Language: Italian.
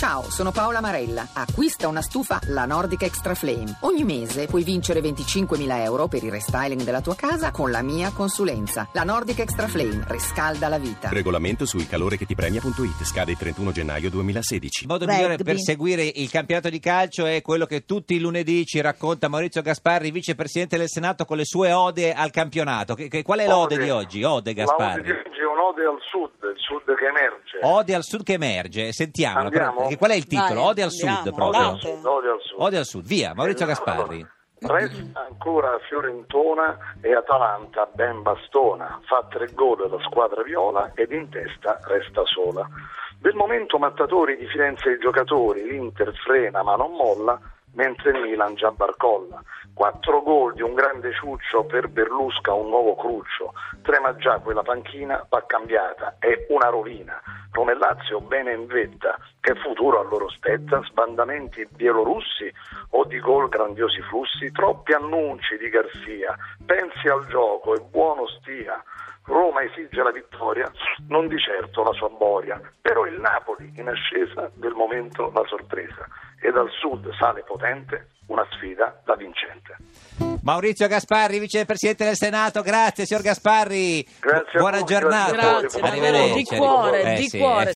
Ciao, sono Paola Marella. Acquista una stufa La Nordic Extra Flame. Ogni mese puoi vincere 25.000 euro per il restyling della tua casa con la mia consulenza. La Nordic Extra Flame riscalda la vita. Regolamento su ilcalorecheTipremia.it. Scade il 31 gennaio 2016. Il modo migliore per seguire il campionato di calcio è quello che tutti i lunedì ci racconta Maurizio Gasparri, vicepresidente del Senato, con le sue ode al campionato. Qual è l'ode di oggi? Ode Gasparri. L'ode di oggi è un'ode al sud, il sud che emerge. Ode al sud che emerge. Sentiamo. Andiamo? Qual è il titolo? Vai, Ode al andiamo. sud proprio. Ode al sud, ode al sud. Ode al sud. Via, Maurizio Gasparri. Resta ancora Fiorentina e Atalanta ben bastona, fa 3 gol la squadra viola ed in testa resta sola. Del momento mattatori di Firenze i giocatori, l'Inter frena ma non molla, mentre il Milan già barcolla. 4 gol di un grande ciuccio, per Berlusca un nuovo cruccio, trema già quella panchina, va cambiata, è una rovina. Roma e Lazio bene in vetta, che futuro a loro spetta, sbandamenti bielorussi o di gol grandiosi flussi, troppi annunci di Garzia, pensi al gioco e buono stia. Roma esige la vittoria, non di certo la sua boria, però il Napoli in ascesa del momento la sorpresa, e dal sud sale potente una sfida da vincente. Maurizio Gasparri, vicepresidente del Senato, grazie signor Gasparri. Grazie a Buona voi, giornata. grazie a voi. Grazie, Arrivederci. di cuore, di Sì, cuore.